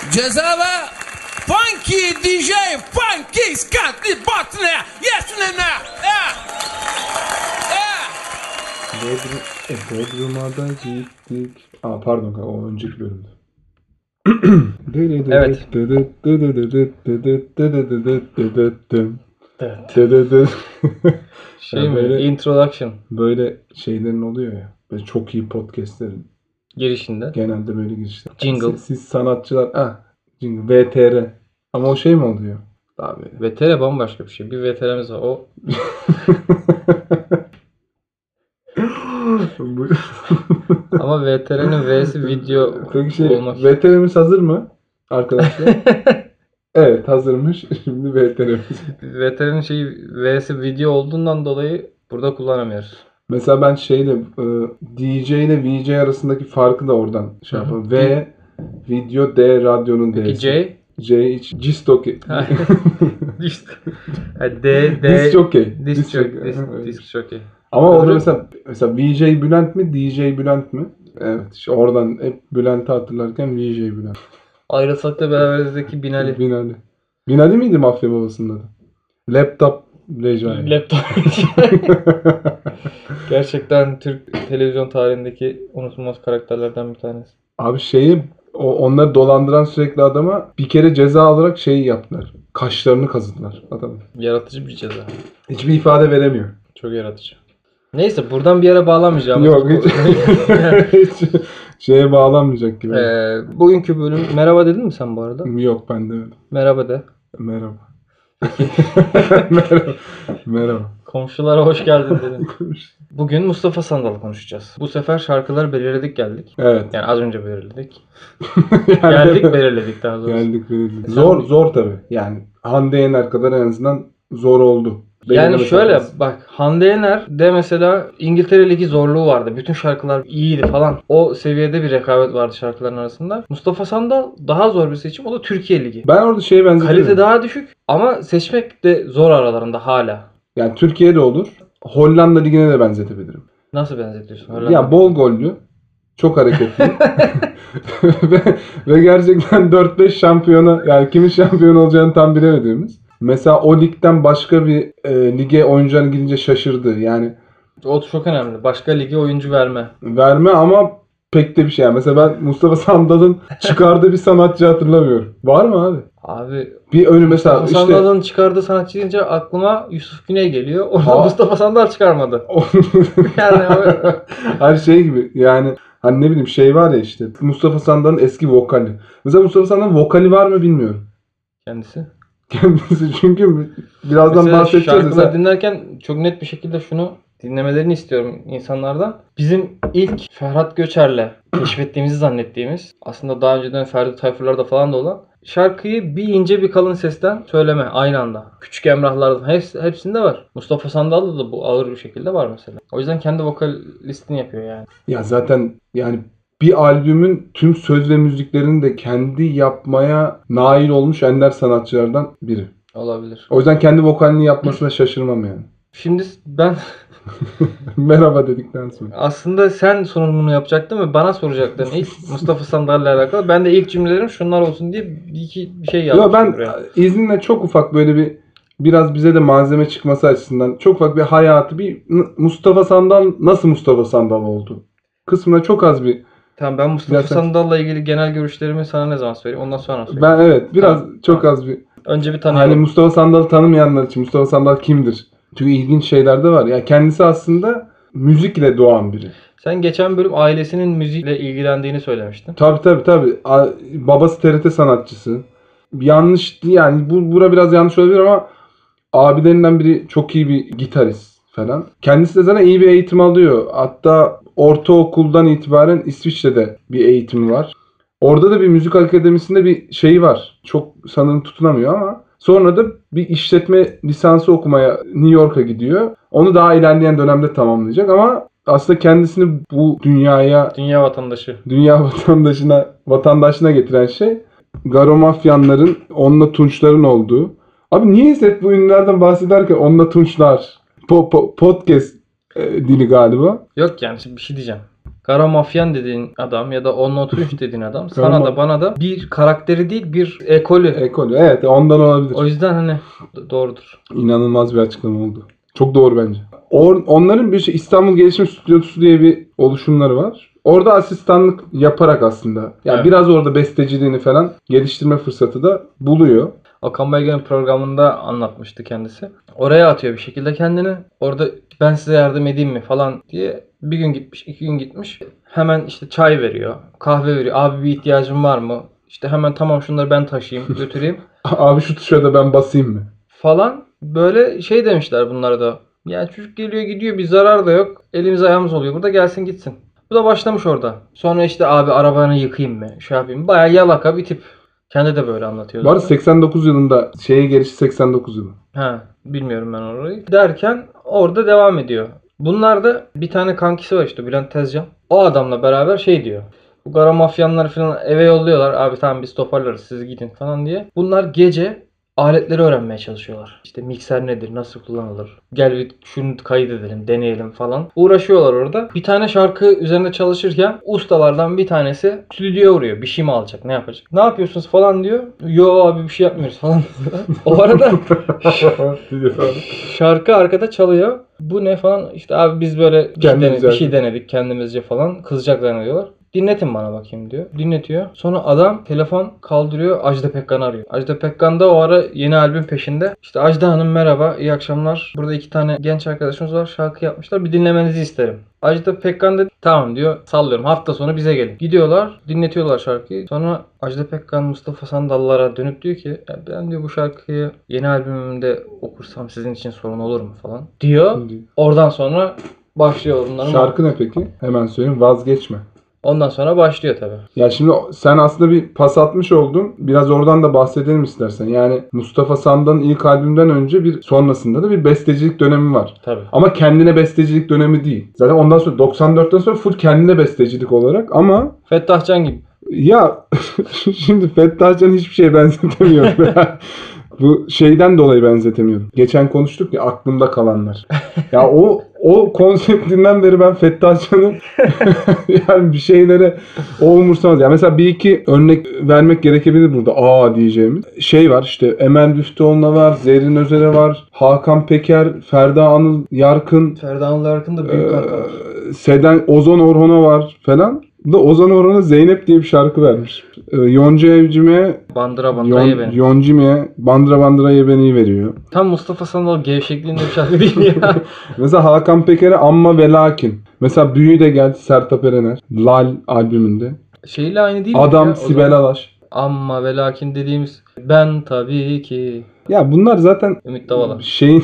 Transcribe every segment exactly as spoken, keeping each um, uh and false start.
Ceza ve Funky D J, Funky Scotty Butler. Yes ne ne? Bodrum'a da gittik. Aa pardon, o önceki bölümde. Evet. Şey mi? Böyle, Introduction. böyle şeylerin oluyor ya. Böyle çok iyi podcastlerin Girişinde. genelde böyle girişler. Jingle. Siz, siz sanatçılar, ah, jingle, V T R. Ama o şey mi oluyor? Daha böyle. V T R bambaşka bir şey. Bir V T R'miz var. O ama V T R'nin V'si video Peki şey, olmak. V T R'miz hazır mı arkadaşlar? Evet, hazırmış. Şimdi V T R'miz. V T R'nin şeyi V'si video olduğundan dolayı burada kullanamıyoruz. Mesela ben şeyle D J ile V J arasındaki farkı da oradan şey yapalım. V video, D radyonun D'si. Peki J? J hiç Disc Jockey. İşte. D D Disc Jockey. Disc Disc Jockey. Jockey. Disc- Disc Jockey. Ama orada Öbürü- mesela mesela V J Bülent mi, D J Bülent mi? Evet. İşte oradan hep Bülent'i hatırlarken V J Bülent. Ayrılsakla beraberizdeki Binali. Binali. Binali miydi Mafya Babası'nda da? Laptop Recai. Laptop. Gerçekten Türk televizyon tarihindeki unutulmaz karakterlerden bir tanesi. Abi şeyi o, onları dolandıran sürekli adama bir kere ceza olarak şeyi yaptılar. Kaşlarını kazıdılar adamın. Yaratıcı bir ceza. Hiçbir ifade veremiyor. Çok yaratıcı. Neyse buradan bir yere bağlamayacağım. Yok hiç, hiç şeye bağlanmayacak gibi. Ee, bugünkü bölüm merhaba dedin mi sen bu arada? Yok ben demedim. Merhaba de. Merhaba. Merhaba. Merhaba. Komşulara hoş geldin dedim. Bugün Mustafa Sandal'ı konuşacağız. Bu sefer şarkıları belirledik geldik. Evet. Yani az önce belirledik. Yani- Geldik belirledik daha doğrusu. Geldik belirledik. Zor zor tabii. Yani Hande Yener kadar en azından zor oldu. Yani Belirleme şöyle şarkısı. bak Hande Yener de mesela İngiltere Ligi zorluğu vardı. Bütün şarkılar iyiydi falan. O seviyede bir rekabet vardı şarkıların arasında. Mustafa Sandal daha zor bir seçim. O da Türkiye Ligi. Ben orada şeye benzetiyorum. Kalite daha düşük ama seçmek de zor aralarında hala. Yani Türkiye'de olur. Hollanda Ligi'ne de benzetebilirim. Nasıl benzetiyorsun? Hollanda. Ya bol gollü. Çok hareketli. ve, ve gerçekten dört beş şampiyona, yani kimin şampiyon olacağını tam bilemediğimiz. Mesela o ligden başka bir e, lige oyuncuların gidince şaşırdı. Yani O çok önemli. Başka lige oyuncu verme. verme ama pek de bir şey. Yani mesela ben Mustafa Sandal'ın çıkardığı bir sanatçı hatırlamıyorum. Var mı abi? Abi Bir önü mesela Mustafa işte Sandal'ın çıkardığı sanatçı deyince aklıma Yusuf Güney geliyor. Orada Aa. Mustafa Sandal çıkarmadı. Yani abi, her şey gibi yani hani ne bileyim şey var ya işte Mustafa Sandal'ın eski vokali. Mesela Mustafa Sandal'ın vokali var mı bilmiyorum. kendisi. Kendisi çünkü birazdan Mesela bahsedeceğiz. şarkıları Mesela, dinlerken çok net bir şekilde şunu dinlemelerini istiyorum insanlardan. Bizim ilk Ferhat Göçer'le keşfettiğimizi zannettiğimiz, aslında daha önceden Ferdi Tayfurlar'da falan da olan şarkıyı bir ince bir kalın sesten söyleme aynı anda. Küçük Emrahlar'da hepsi, hepsinde var. Mustafa Sandal'da da bu ağır bir şekilde var mesela. O yüzden kendi vokalistini yapıyor yani. ya zaten yani bir albümün tüm söz ve müziklerini de kendi yapmaya nail olmuş ender sanatçılardan biri. Olabilir. O yüzden kendi vokalini yapmasına şaşırmam yani. Şimdi ben Merhaba dedikten sonra. aslında sen sunumunu yapacaktın ve bana soracaktın ilk Mustafa Sandal'la alakalı. Ben de ilk cümlelerim şunlar olsun diye bir iki bir şey yazdım. Yo ben izninle çok ufak böyle bir biraz bize de malzeme çıkması açısından çok ufak bir hayatı bir Mustafa Sandal nasıl Mustafa Sandal oldu kısmına çok az bir Tamam ben Mustafa Zaten- Sandal'la ilgili genel görüşlerimi sana ne zaman söyleyeyim? Ondan sonra söyleyeyim. ben evet biraz Tamam, çok tamam. az bir Önce bir hani tanıyalım. Mustafa Sandal'ı tanımayanlar için Mustafa Sandal kimdir? Çünkü ilginç şeyler de var. Ya kendisi aslında müzikle doğan biri. Sen geçen bölüm ailesinin müzikle ilgilendiğini söylemiştin. Tabii tabii tabii. A- Babası T R T sanatçısı. Yanlış yani bu bura biraz yanlış olabilir ama abilerinden biri çok iyi bir gitarist falan. Kendisi de zaten iyi bir eğitim alıyor. Hatta ortaokuldan itibaren İsviçre'de bir eğitimi var. Orada da bir müzik akademisinde bir şeyi var. Çok sanırım tutunamıyor ama sonra da bir işletme lisansı okumaya New York'a gidiyor. Onu daha ilerleyen dönemde tamamlayacak ama aslında kendisini bu dünyaya, Dünya vatandaşı. dünya vatandaşına, vatandaşına getiren şey Garo Mafyanların, onunla Tunçların olduğu. Abi niye hep bu ünlülerden bahsederken onunla Tunçlar po- po- podcast e, dili galiba. Yok yani şimdi bir şey diyeceğim. Kara Mafyan dediğin adam ya da on not üç dediğin adam Kara sana ma- da bana da bir karakteri değil bir ekolü. Ekolü. Evet, ondan olabilir. O yüzden hani d- doğrudur. İnanılmaz bir açıklama oldu. Çok doğru bence. Or- onların bir şey İstanbul Gelişim Stüdyosu diye bir oluşumları var. Orada asistanlık yaparak aslında yani Evet. biraz orada besteciliğini falan geliştirme fırsatı da buluyor. Okan Bayülgen'in programında anlatmıştı kendisi. Oraya atıyor bir şekilde kendini. Orada ben size yardım edeyim mi falan diye bir gün gitmiş, iki gün gitmiş. Hemen işte çay veriyor, kahve veriyor. Abi bir ihtiyacın var mı? İşte hemen tamam şunları ben taşıyayım, götüreyim Abi şu tuşa da ben basayım mı? falan. Böyle şey demişler bunlara da. Yani çocuk geliyor gidiyor bir zarar da yok. Elimiz ayağımız oluyor. Burada gelsin gitsin. Bu da başlamış orada. Sonra işte abi arabanı yıkayayım mı? Şey yapayım. Bayağı yalaka bir tip. Kendi de böyle anlatıyordu. Bu arada seksen dokuz yılında şeye gelişi seksen dokuz yılı. Ha, bilmiyorum ben orayı. Derken orada devam ediyor. Bunlar da bir tane kankisi var işte Bülent Tezcan. O adamla beraber şey diyor. Bu kara mafyanları falan eve yolluyorlar. Abi tamam biz toparlarız siz gidin falan diye. Bunlar gece aletleri öğrenmeye çalışıyorlar. İşte mikser nedir, nasıl kullanılır? Gel bir şunu kaydedelim, deneyelim falan. Uğraşıyorlar orada. Bir tane şarkı üzerinde çalışırken ustalardan bir tanesi stüdyoya uğruyor. Bir şey mi alacak, ne yapacak? Ne yapıyorsunuz falan diyor. Yo abi bir şey yapmıyoruz falan. O arada şarkı arkada çalıyor. Bu ne falan işte abi biz böyle bir şey, Kendimiz denedik, bir şey yaptık. denedik kendimizce falan. Kızacak zannediyorlar. Dinletin bana bakayım diyor. Dinletiyor. Sonra adam telefon kaldırıyor. Ajda Pekkan'ı arıyor. Ajda Pekkan da o ara yeni albüm peşinde. İşte Ajda Hanım merhaba, iyi akşamlar. Burada iki tane genç arkadaşımız var. Şarkı yapmışlar. Bir dinlemenizi isterim. Ajda Pekkan da tamam diyor. Sallıyorum. Hafta sonu bize gelin. Gidiyorlar. Dinletiyorlar şarkıyı. Sonra Ajda Pekkan Mustafa Sandallara dönüp diyor ki ya ben diyor bu şarkıyı yeni albümümde okursam sizin için sorun olur mu falan diyor. Oradan sonra başlıyor bunların. Şarkı ne peki? Hemen söyleyeyim. Vazgeçme. Ondan sonra başlıyor tabii. Ya şimdi sen aslında bir pas atmış oldun. Biraz oradan da bahsedelim istersen. Yani Mustafa Sandal'ın ilk albümden önce bir sonrasında da bir bestecilik dönemi var. Tabii. Ama kendine bestecilik dönemi değil. Zaten ondan sonra doksan dörtten sonra full kendine bestecilik olarak ama Fettah Can gibi. ya şimdi Fettah Can hiçbir şeye benzetemiyorum. Bu şeyden dolayı benzetemiyorum. Geçen konuştuk ya aklımda kalanlar. Ya o o konseptinden beri ben Fettah Can'ın yani bir şeylere o umursamaz. Ya mesela bir iki örnek vermek gerekebilir burada. Aa diyeceğimiz. Şey var işte Emel Müftüoğlu'na var, Zerrin Özer'e var, Hakan Peker, Ferda Anıl Yarkın, Ferda Anıl Yarkın da büyük kanka var. Ee, Seden Ozan Orhon'a var falan. Da Ozan Orhan'a Zeynep diye bir şarkı vermiş. Ee, Yonca Evcim'e Bandıra Bandıra Yon, ye beni. Yoncim'e Bandıra Bandıra ye beni veriyor. Tam Mustafa Sandal gevşekliğinde bir şarkı değil mi ya? Mesela Hakan Peker'e Amma ve Lakin. Mesela Büyü de geldi Sertab Erener. Lal albümünde. Şeyle aynı değil mi? Adam ya? O Sibel zaman Alaş. Amma ve lakin dediğimiz ben tabii ki Ya bunlar zaten Ümit Davala. şeyin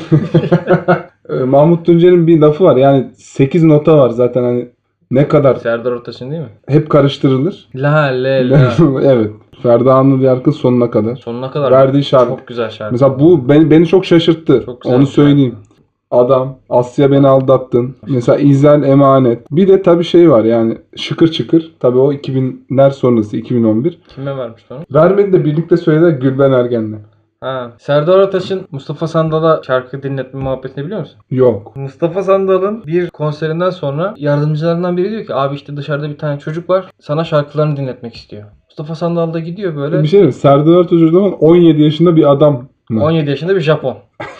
Mahmut Tuncer'in bir lafı var. Yani sekiz nota var zaten hani ne kadar Serdar Ortaç'ın değil mi? hep karıştırılır. La le la. Evet. Ferda Anıl Yarkın sonuna kadar. Sonuna kadar. Verdiği şarkı. Çok güzel şarkı. Mesela bu beni, beni çok şaşırttı. Çok güzel Onu bir şarkı. söyleyeyim. Adam, Asya beni aldattın. Mesela İzel Emanet. Bir de tabii şey var yani şıkır çıkır. Tabii o iki binler sonrası iki bin on bir. Kime vermiş onu? Vermedi de birlikte söylediler Gülben Ergen'le. Ha. Serdar Ortaç'ın Mustafa Sandal'a şarkı dinletme muhabbetini biliyor musun? Yok. Mustafa Sandal'ın bir konserinden sonra yardımcılarından biri diyor ki abi işte dışarıda bir tane çocuk var sana şarkılarını dinletmek istiyor. Mustafa Sandal da gidiyor böyle Bir şey mi? Serdar Ortaç o zaman on yedi yaşında bir adam mı? on yedi yaşında bir Japon.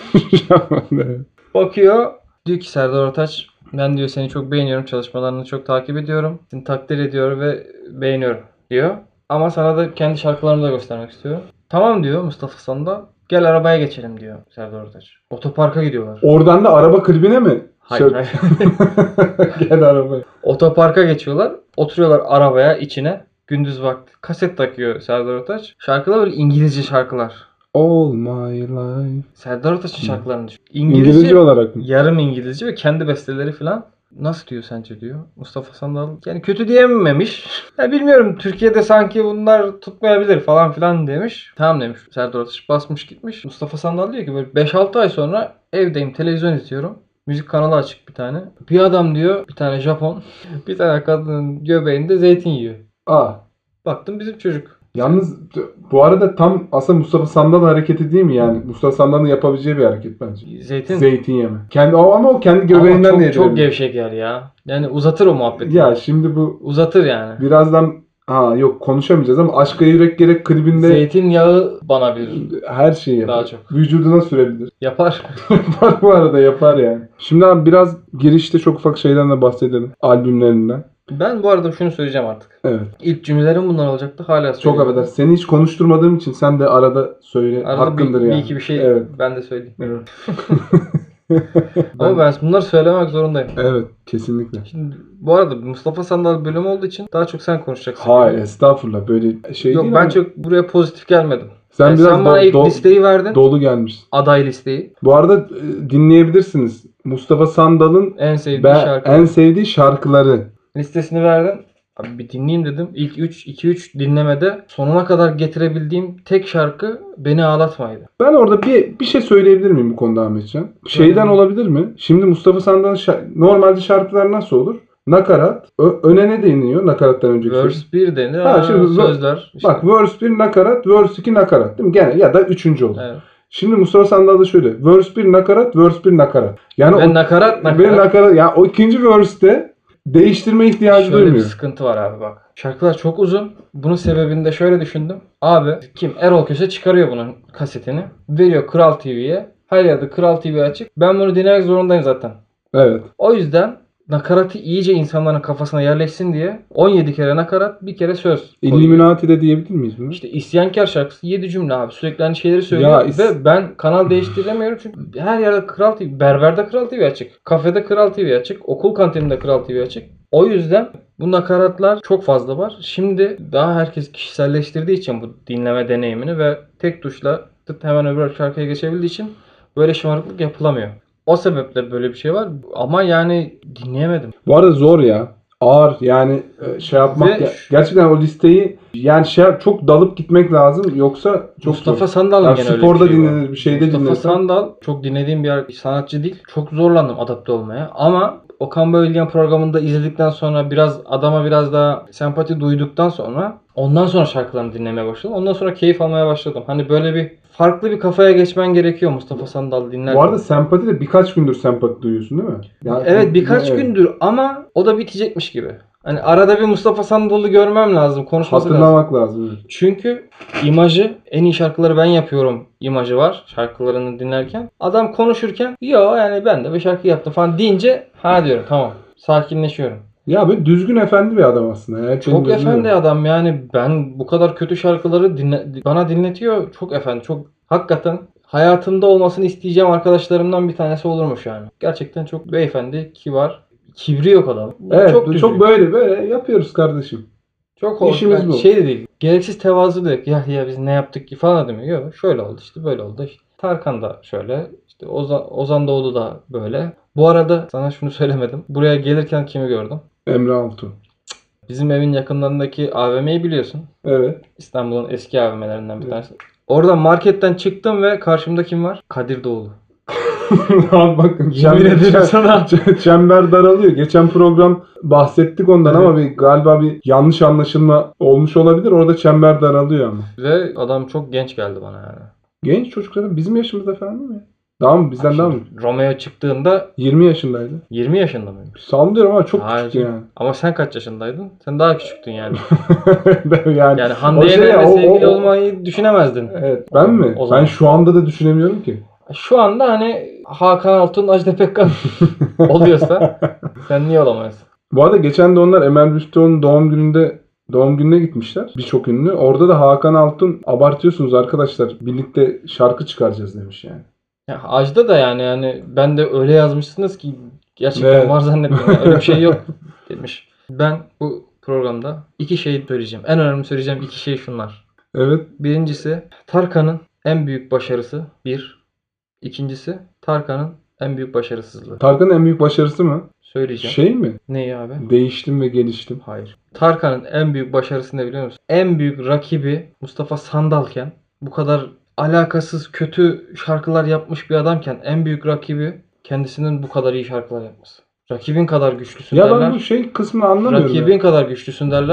Bakıyor diyor ki Serdar Ortaç ben diyor seni çok beğeniyorum çalışmalarını çok takip ediyorum. Seni takdir ediyorum ve beğeniyorum diyor. Ama sana da kendi şarkılarımı da göstermek istiyorum. Tamam diyor Mustafa Sandal. Gel arabaya geçelim diyor Serdar Ortaç. Otoparka gidiyorlar. Oradan da araba klibine mi? Hayır, Şöyle- hayır. Gel arabaya. Otoparka geçiyorlar. Oturuyorlar arabaya içine. Gündüz vakti. Kaset takıyor Serdar Ortaç. Şarkılar böyle İngilizce şarkılar. All my life. Serdar Ortaç'ın şarkılarını düşün. İngilizce, İngilizce, olarak mı? yarım İngilizce ve kendi besteleri falan. Nasıl diyor sence diyor Mustafa Sandal. Yani kötü diyememiş. Ya bilmiyorum Türkiye'de sanki bunlar tutmayabilir falan filan demiş. Tamam demiş. Serdar Ortaç basmış gitmiş. Mustafa Sandal diyor ki böyle beş altı ay sonra evdeyim televizyon izliyorum. Müzik kanalı açık bir tane. Bir adam diyor bir tane Japon bir tane kadının göbeğinde zeytin yiyor. Aa. Baktım bizim çocuk. Yalnız bu arada tam aslında Mustafa Sandal hareketi değil mi yani? Mustafa Sandal'ın yapabileceği bir hareket bence. Zeytin. Zeytin yeme. Kendi o ama o kendi Ama göbeğinden çok, de çok gevşek yer ya. Yani uzatır o muhabbeti. Ya şimdi bu Uzatır yani. birazdan ha yok konuşamayacağız ama Aşka Yürek Gerek klibinde Zeytinyağı banabilir. her şeyi yapar. Daha çok. Vücuduna sürebilir. Yapar. Yapar bu arada yapar yani. Şimdi abi biraz girişte çok ufak şeyden de bahsedelim. Albümlerinden. Ben bu arada şunu söyleyeceğim artık. Evet. İlk cümlelerim bunlar olacaktı. Hala Çok söylüyorum. affedersin. Seni hiç konuşturmadığım için sen de arada söyle. Arada Hakkındır bir, yani. bir iki bir şey Evet. ben de söyleyeyim. Evet. Ama ben bunları söylemek zorundayım. Evet. Kesinlikle. Şimdi bu arada Mustafa Sandal bölümü olduğu için daha çok sen konuşacaksın. Hayır estağfurullah. Böyle şey Yok değil ben ama çok buraya pozitif gelmedim. sen Yani biraz sen bana do- ilk do- listeyi verdin. dolu gelmişsin. Aday listeyi. Bu arada e, dinleyebilirsiniz. Mustafa Sandal'ın En sevdiğim ben, şarkı. en sevdiği şarkıları. Listesini verdin. Abi bir dinleyeyim dedim. İlk üç iki üç dinlemede sonuna kadar getirebildiğim tek şarkı Beni Ağlatmaydı. Ben orada bir bir şey söyleyebilir miyim bu konuda Ahmetcan? Şeyden Hı. olabilir mi? Şimdi Mustafa Sandal'ın şa- normalde şarkılar nasıl olur? Nakarat. Ö- öne ne deniliyor nakarattan önceki? Verse bir denir. Ha, Ha, şimdi sözler. işte. Bak verse bir nakarat, verse iki nakarat değil mi? Gene ya da üçüncü olur. Evet. Şimdi Mustafa Sandal'da şöyle. Verse bir nakarat, verse bir nakarat. Yani Ve o, nakarat nakarat. Ve nakarat. Yani o ikinci verse'te değiştirme ihtiyacı Şöyle bir duymuyor. sıkıntı var abi bak. Şarkılar çok uzun. Bunun sebebini de şöyle düşündüm. Abi kim? Erol Köse çıkarıyor bunun kasetini. Veriyor Kral T V'ye. Her yerde Kral T V açık. Ben bunu dinlemek zorundayım zaten. Evet. O yüzden nakaratı iyice insanların kafasına yerleşsin diye on yedi kere nakarat, bir kere söz koyuyor. Illuminati de diyebilir miyiz bunu? İşte İsyankar şarkısı yedi cümle abi. Sürekli aynı şeyleri söylüyor. Ya is- Ve ben kanal değiştiremiyorum çünkü her yerde Kral T V. Berberde Kral T V açık. Kafede Kral T V açık. Okul kantininde Kral T V açık. O yüzden bu nakaratlar çok fazla var. Şimdi daha herkes kişiselleştirdiği için bu dinleme deneyimini ve tek tuşla tıt hemen öbür şarkıya geçebildiği için böyle şımarıklık yapılamıyor. O sebeple böyle bir şey var. Ama yani dinleyemedim. Bu arada zor ya. Ağır yani e, şey yapmak. Ve ya- şu- gerçekten o listeyi yani şey yap- çok dalıp gitmek lazım. Yoksa çok Mustafa zor. Sandal'ın Yani gene öyle sporda bir şey var. dinlenir, bir şeyde Mustafa dinlenir. Sandal çok dinlediğim bir sanatçı değil. Çok zorlandım adapte olmaya. Ama Okan Bayülgen programında izledikten sonra biraz adama biraz daha sempati duyduktan sonra ondan sonra şarkılarını dinlemeye başladım. Ondan sonra keyif almaya başladım. Hani böyle bir farklı bir kafaya geçmen gerekiyor Mustafa Sandal dinlerken. Bu arada sempati de birkaç gündür sempati duyuyorsun değil mi? Yani Evet birkaç evet. gündür ama o da bitecekmiş gibi. Hani arada bir Mustafa Sandal'ı görmem lazım. Konuşması lazım. Hatırlamak lazım. Evet. Çünkü imajı, en iyi şarkıları ben yapıyorum imajı var şarkılarını dinlerken. Adam konuşurken yo yani ben de bir şarkı yaptım falan deyince ha diyorum tamam sakinleşiyorum. Ya böyle düzgün efendi bir adam aslında. Ya. Çok Benim efendi gözümde. adam yani ben bu kadar kötü şarkıları dinle, bana dinletiyor. Çok efendi, çok hakikaten hayatımda olmasını isteyeceğim arkadaşlarımdan bir tanesi olurmuş yani. Gerçekten çok beyefendi, kibar, kibri yok adam. Evet çok çok, düzgün. böyle böyle yapıyoruz kardeşim. Çok hoş. İşimiz Yani bu. şey de değil. Gereksiz tevazu da yok. Ya ya biz ne yaptık ki falan da demiyor. Yok şöyle oldu işte böyle oldu. İşte Tarkan da şöyle. İşte Ozan, Ozan Doğulu da böyle. Bu arada sana şunu söylemedim. Buraya gelirken kimi gördüm? Emre Altuğ. Bizim evin yakınlarındaki A V M'yi biliyorsun. Evet. İstanbul'un eski A V M'lerinden bir Evet. tanesi. Oradan marketten çıktım ve karşımda kim var? Kadir Doğulu. Abi bakın Yemin ederim sana. ç- çember daralıyor. Geçen program bahsettik ondan Evet. ama bir, galiba bir yanlış anlaşılma olmuş olabilir. Orada çember daralıyor ama. Ve adam çok genç geldi bana yani. Genç çocuklar bizim yaşımızda falan değil mi? Daha mı? Bizden daha mı? Şimdi Romeo çıktığında yirmi yaşındaydı. yirmi yaşında mıydı? Sallıyorum ama çok Hayır. küçüktü yani. Ama sen kaç yaşındaydın? Sen daha küçüktün yani. yani, Yani o Hande şey ya, Yener'le o- sevgili o- olmayı düşünemezdin. Evet. Ben mi? O zaman. Ben şu anda da düşünemiyorum ki. Şu anda hani Hakan Altun, Ajda Pekkan oluyorsa sen niye olamayasın? Bu arada geçen de onlar Emel Rüştüoğlu'nun doğum gününde doğum gününe gitmişler. Birçok ünlü. Orada da Hakan Altun abartıyorsunuz arkadaşlar. Birlikte şarkı çıkaracağız demiş yani. Ya Ajda da yani yani ben de öyle yazmışsınız ki gerçekten Ne? var zannettim. Yani öyle bir şey yok demiş. Ben bu programda iki şey söyleyeceğim. En önemli söyleyeceğim iki şey şunlar. Evet. Birincisi Tarkan'ın en büyük başarısı bir. İkincisi Tarkan'ın en büyük başarısızlığı. Tarkan'ın en büyük başarısı mı? Söyleyeceğim. Şey mi? Neyi abi? Değiştim ve geliştim. Hayır. Tarkan'ın en büyük başarısı ne biliyor musun? En büyük rakibi Mustafa Sandalken, bu kadar alakasız kötü şarkılar yapmış bir adamken en büyük rakibi kendisinin bu kadar iyi şarkılar yapması. Rakibin kadar güçlüsün Ya derler. ben bu şey kısmını anlamıyorum. Rakibin ya. kadar güçlüsün derler.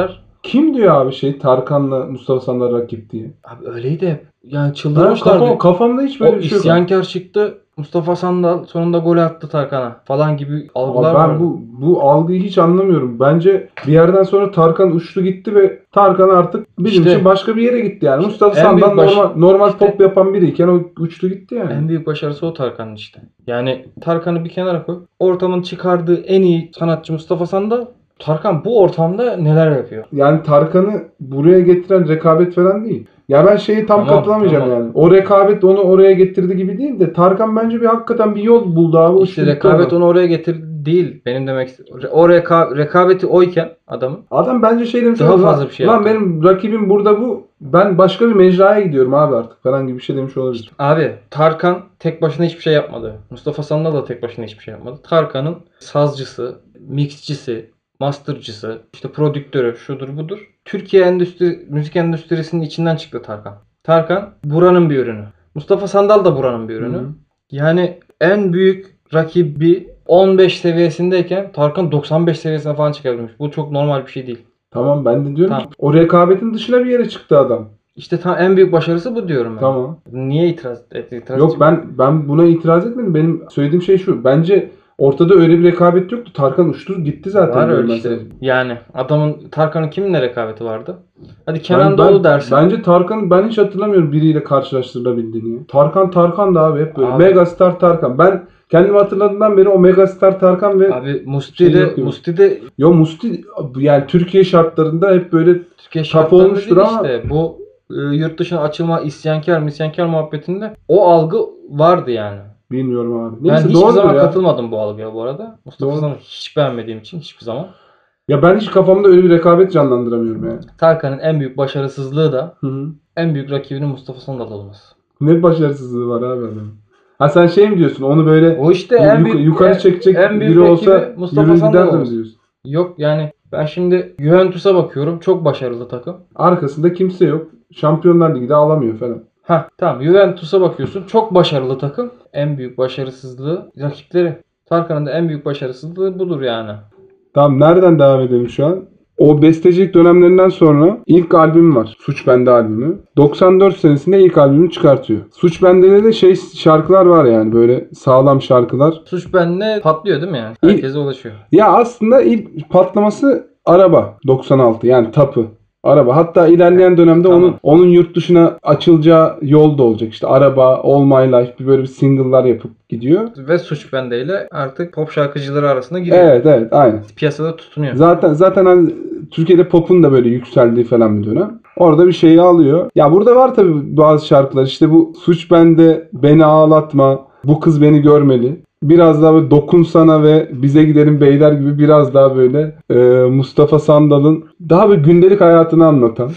Kim diyor abi şey Tarkan'la Mustafa Sandal rakip diye? Abi öyleydi hep. Yani Ben çıldırmışlardı. kafam, kafamda hiç böyle O bir şey yok. isyankar çıktı. Mustafa Sandal sonunda gol attı Tarkan'a falan gibi algılar Abi ben vardı. bu bu algıyı hiç anlamıyorum. Bence bir yerden sonra Tarkan uçtu gitti ve Tarkan artık bizim İşte- için başka bir yere gitti yani. Mustafa En Sandal büyük baş- normal normal işte- pop yapan biriyken o uçtu gitti yani. En büyük başarısı o Tarkan'ın işte. Yani Tarkan'ı bir kenara koy. Ortamın çıkardığı en iyi sanatçı Mustafa Sandal. Tarkan bu ortamda neler yapıyor? Yani Tarkan'ı buraya getiren rekabet falan değil. Ya ben şeyi tam Tamam, katılamayacağım tamam. yani. O rekabet onu oraya getirdi gibi değil de Tarkan bence bir hakikaten bir yol buldu abi. İşte uçtu gitti rekabet oradan. onu oraya getirdi değil. Benim demek istediğim. O reka- rekabeti oyken adamın Adam bence şey demiş. Daha "Ulan- fazla bir şey Lan yaptı." benim rakibim burada bu. Ben başka bir mecraya gidiyorum abi artık falan gibi bir şey demiş olabilir. Abi Tarkan tek başına hiçbir şey yapmadı. Mustafa Sandal da tek başına hiçbir şey yapmadı. Tarkan'ın sazcısı, mixçisi, mastercısı, işte prodüktörü, şudur budur. Türkiye endüstri, müzik endüstrisinin içinden çıktı Tarkan. Tarkan buranın bir ürünü. Mustafa Sandal da buranın bir ürünü. Hı hı. Yani en büyük rakibi on beş seviyesindeyken Tarkan doksan beş seviyesine falan çıkabilmiş. Bu çok normal bir şey değil. Tamam ben de diyorum Tamam. ki o rekabetin dışına bir yere çıktı adam. İşte tam en büyük başarısı bu diyorum ben. Tamam. Niye itiraz et? itiraz Yok ben ben buna itiraz etmedim. Benim söylediğim şey şu. Bence ortada öyle bir rekabet yoktu. Tarkan uçtu gitti zaten. Var diyorum öyle ben işte. sana. Yani adamın Tarkan'ın kiminle rekabeti vardı? Hadi Ben- Kenan ben- Doğulu dersin. Bence Tarkan'ı ben hiç hatırlamıyorum biriyle karşılaştırılabildiğini. Tarkan Tarkan da abi hep böyle. Abi. Megastar Tarkan. Ben kendimi hatırladığımdan beri o Megastar Tarkan ve Abi Şey Musti'de yok gibi. Musti'de yo Musti yani Türkiye şartlarında hep böyle Türkiye Tap şartlarında olmuştur değil ama- işte. Bu e, yurt dışına açılma isyankar misyankar muhabbetinde o algı vardı yani. bilmiyorum abi. Ben Neyse hiçbir doğrudur zaman ya. katılmadım bu algıya bu arada. Mustafa Doğru. Sandal'ı hiç beğenmediğim için hiçbir zaman. Ya ben hiç kafamda öyle bir rekabet canlandıramıyorum yani. Tarkan'ın en büyük başarısızlığı da Hı hı. en büyük rakibinin Mustafa Sandal olması. Ne başarısızlığı var abi adamın. Ha sen şey mi diyorsun? Onu böyle O işte yu- en yuk- büyük yukarı en- çekecek en büyük biri rakibi olsa Mustafa yürür Sandal gider mi olması. diyorsun? Yok yani ben şimdi Juventus'a bakıyorum. Çok başarılı takım. Arkasında kimse yok. Şampiyonlar Ligi'de alamıyor falan. Ha tamam Juventus'a bakıyorsun. Çok başarılı takım. En büyük başarısızlığı rakipleri. Tarkan'ın da en büyük başarısızlığı budur yani. Tamam nereden devam edelim şu an? O bestecilik dönemlerinden sonra ilk albüm var. Suç Bende albümü. doksan dört senesinde ilk albümünü çıkartıyor. Suç Bende'de de şey şarkılar var yani böyle sağlam şarkılar. Suç bende patlıyor değil mi yani? İyi. Herkese ulaşıyor. Ya aslında ilk patlaması Araba doksan altı yani Tapı. Araba. Hatta ilerleyen dönemde Tamam. onun onun yurt dışına açılacağı yol da olacak. İşte Araba, All My Life bir böyle bir single'lar yapıp gidiyor. Ve Suç bendeyle artık pop şarkıcıları arasında giriyor. Evet evet aynen. Piyasada tutunuyor. Zaten zaten hani Türkiye'de pop'un da böyle yükseldiği falan bir dönem. Orada bir şeyi alıyor. Ya burada var tabii bazı şarkılar. İşte bu Suç Bende, Beni Ağlatma, Bu Kız Beni Görmeli. Biraz daha böyle Dokunsana ve Bize Gidelim Beyler gibi biraz daha böyle e, Mustafa Sandal'ın daha bir gündelik hayatını anlatan.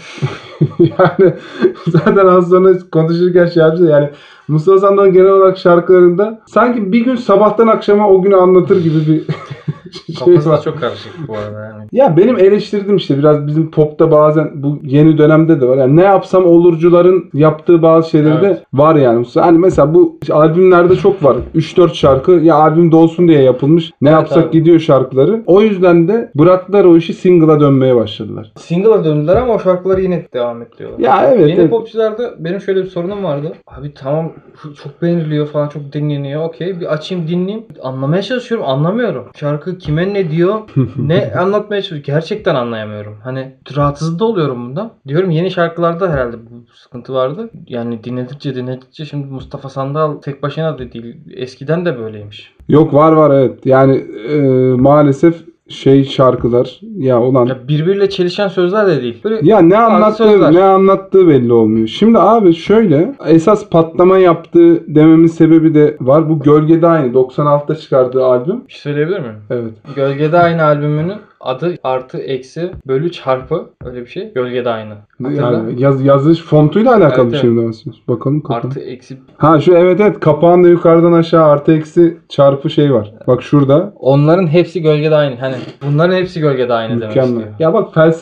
Yani zaten az sonra konuşurken şey yapacağız yani Mustafa Sandal'ın genel olarak şarkılarında sanki bir gün sabahtan akşama o günü anlatır gibi bir şey Kafası da var. çok karışık bu arada yani. Ya benim eleştirdim işte biraz bizim popta bazen bu yeni dönemde de var. Yani ne yapsam olurcuların yaptığı bazı şeyleri de Evet. var yani. Hani mesela bu albümlerde çok var. üç dört şarkı ya albümde olsun diye yapılmış. Ne Evet yapsak abi. gidiyor şarkıları. O yüzden de bıraktılar o işi single'a dönmeye başladılar. Single'a döndüler ama o şarkıları yine devam ettiriyorlar. Ya evet. Yeni evet. popçularda benim şöyle bir sorunum vardı. Abi tamam çok beğeniliyor falan çok dinleniyor. Okey bir açayım dinleyeyim. Anlamaya çalışıyorum anlamıyorum. Şarkı kime ne diyor ne anlatmaya çalışıyor. Gerçekten anlayamıyorum. Hani rahatsız da oluyorum bundan. Diyorum yeni şarkılarda herhalde bu sıkıntı vardı. Yani dinledikçe dinledikçe şimdi Mustafa Sandal tek başına da değil. Eskiden de böyleymiş. Yok var var evet. Yani e, maalesef şey şarkılar ya ulan Ya birbiriyle çelişen sözler de değil. Böyle ya ne bazı anlattığı sözler. ne anlattığı belli olmuyor. Şimdi abi şöyle esas patlama yaptığı dememin sebebi de var. Bu Gölgede Aynı doksan altıda çıkardığı albüm. Bir şey söyleyebilir miyim? Evet. Gölgede Aynı albümünün adı artı eksi bölü çarpı öyle bir şey. Gölgede Aynı. Hatırla. Yani yaz, yazış fontuyla alakalı Evet, bir şey mi dersiniz? Bakalım kapağı. Artı eksi. Ha şu evet evet kapağında yukarıdan aşağı artı eksi çarpı şey var. Bak şurada. Onların hepsi gölgede aynı. Hani bunların hepsi gölgede aynı demek Mükemmel. istiyor. Ya bak felsefe o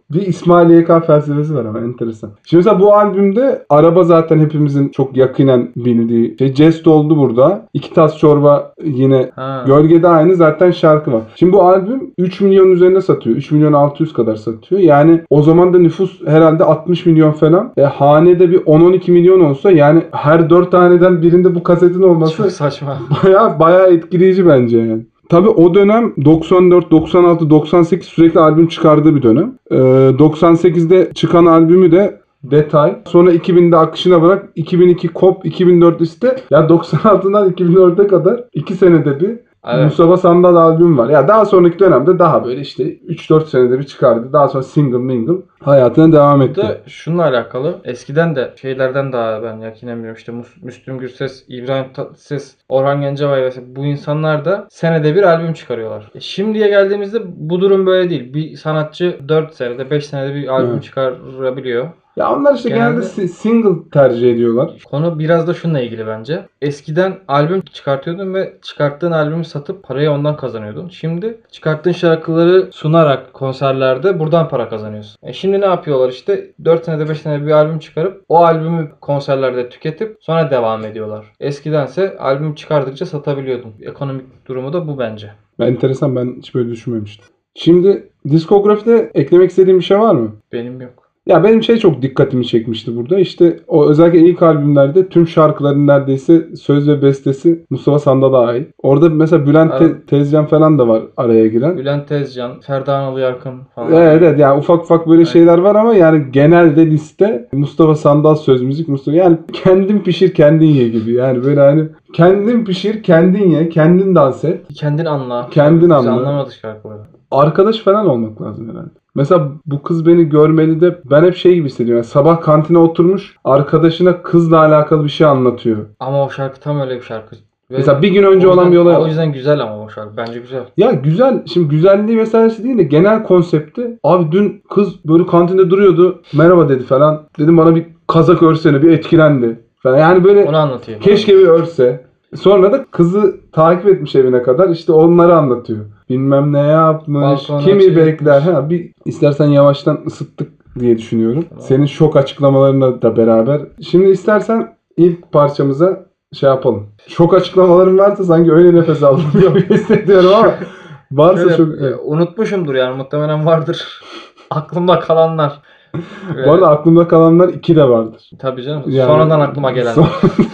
Bir İsmail Y K felsefesi var ama enteresan. Şimdi mesela bu albümde araba zaten hepimizin çok yakinen bildiği şey. Jest oldu burada. İki tas çorba yine Ha. Gölgede aynı zaten şarkı var. Şimdi bu albüm üç milyon üzerinde satıyor. üç milyon altı yüz kadar satıyor. Yani o zaman da nüfus herhalde altmış milyon falan. E, hanede bir on on iki milyon olsa yani her dört haneden birinde bu kasetin olması Çok saçma. baya baya etkileyici bence yani. Tabii o dönem doksan dört, doksan altı, doksan sekiz sürekli albüm çıkardığı bir dönem. Ee, doksan sekizde çıkan albümü de Detay. Sonra iki binde akışına bırak. iki bin iki Kop, iki bin dört liste. Ya doksan altıdan iki bin dörde kadar iki senede bir Evet. Mustafa Sandal albüm var. Ya daha sonraki dönemde daha böyle işte üç dört senede bir çıkardı. Daha sonra single mingle hayatına devam Bu etti. da şununla alakalı. Eskiden de şeylerden daha ben yakinemiyorum. İşte Mus- Müslüm Gürses, İbrahim Tatlıses, Orhan Gencebay vesaire bu insanlar da senede bir albüm çıkarıyorlar. E şimdiye geldiğimizde bu durum böyle değil. Bir sanatçı dört senede, beş senede bir albüm Evet. çıkarabiliyor. Ya onlar işte genelde, Genelde- si- single tercih ediyorlar. Konu biraz da şununla ilgili bence. Eskiden albüm çıkartıyordun ve çıkarttığın albümü satıp parayı ondan kazanıyordun. Şimdi çıkarttığın şarkıları sunarak konserlerde buradan para kazanıyorsun. E şimdi ne yapıyorlar işte? dört senede beş senede bir albüm çıkarıp o albümü konserlerde tüketip sonra devam ediyorlar. Eskidense albüm çıkardıkça satabiliyordun. Ekonomik durumu da bu bence. Enteresan, ben hiç böyle düşünmemiştim. Şimdi diskografide eklemek istediğim bir şey var mı? Benim yok. Ya benim şey çok dikkatimi çekmişti burada. İşte o özellikle ilk albümlerde tüm şarkıların neredeyse söz ve bestesi Mustafa Sandal'a ait. Orada mesela Bülent Te- Evet. Tezcan falan da var araya giren. Bülent Tezcan, Ferda Analı Yakın falan. Evet, evet yani ufak ufak böyle şeyler var ama yani genelde liste Mustafa Sandal söz müzik Mustafa, yani kendin pişir kendin ye gibi, yani böyle hani kendin pişir kendin ye kendin dans et, Kendin anla. Kendin Biz anla. anlamadık şarkıları. arkadaş falan olmak lazım herhalde. Mesela bu kız beni görmeli de ben hep şey gibi hissediyorum. Yani sabah kantine oturmuş arkadaşına kızla alakalı bir şey anlatıyor. Ama o şarkı tam öyle bir şarkı. Ve Mesela bir gün önce o olan yüzden- bir olay. O yüzden güzel ama o şarkı. Bence güzel. Ya güzel. Şimdi güzelliği vesairesi değil de genel konsepti. Abi dün kız böyle kantinde duruyordu. Merhaba dedi falan. Dedim bana bir kazak örsene, bir etkilendi falan. Yani böyle Onu anlatıyor. keşke bir örse. Sonra da kızı takip etmiş evine kadar. İşte onları anlatıyor. Bilmem ne yapmış. Balkona Kimi çıkmış. bekler. Ha, bir istersen yavaştan ısıttık diye düşünüyorum. Tamam. Senin şok açıklamalarına da beraber. Şimdi istersen ilk parçamıza şey yapalım. Şok açıklamalarım varsa sanki öyle nefes aldım gibi hissediyorum ama varsa Şöyle, çok... e, unutmuşumdur yani muhtemelen vardır. Aklımda kalanlar. Bu arada aklımda kalanlar iki de vardır. Tabii canım. Yani- Sonradan aklıma gelen. Son-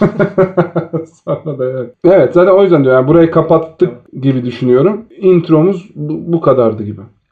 Sonra da evet. Evet zaten o yüzden diyor yani burayı kapattık gibi düşünüyorum. Intromuz bu, bu kadardı gibi.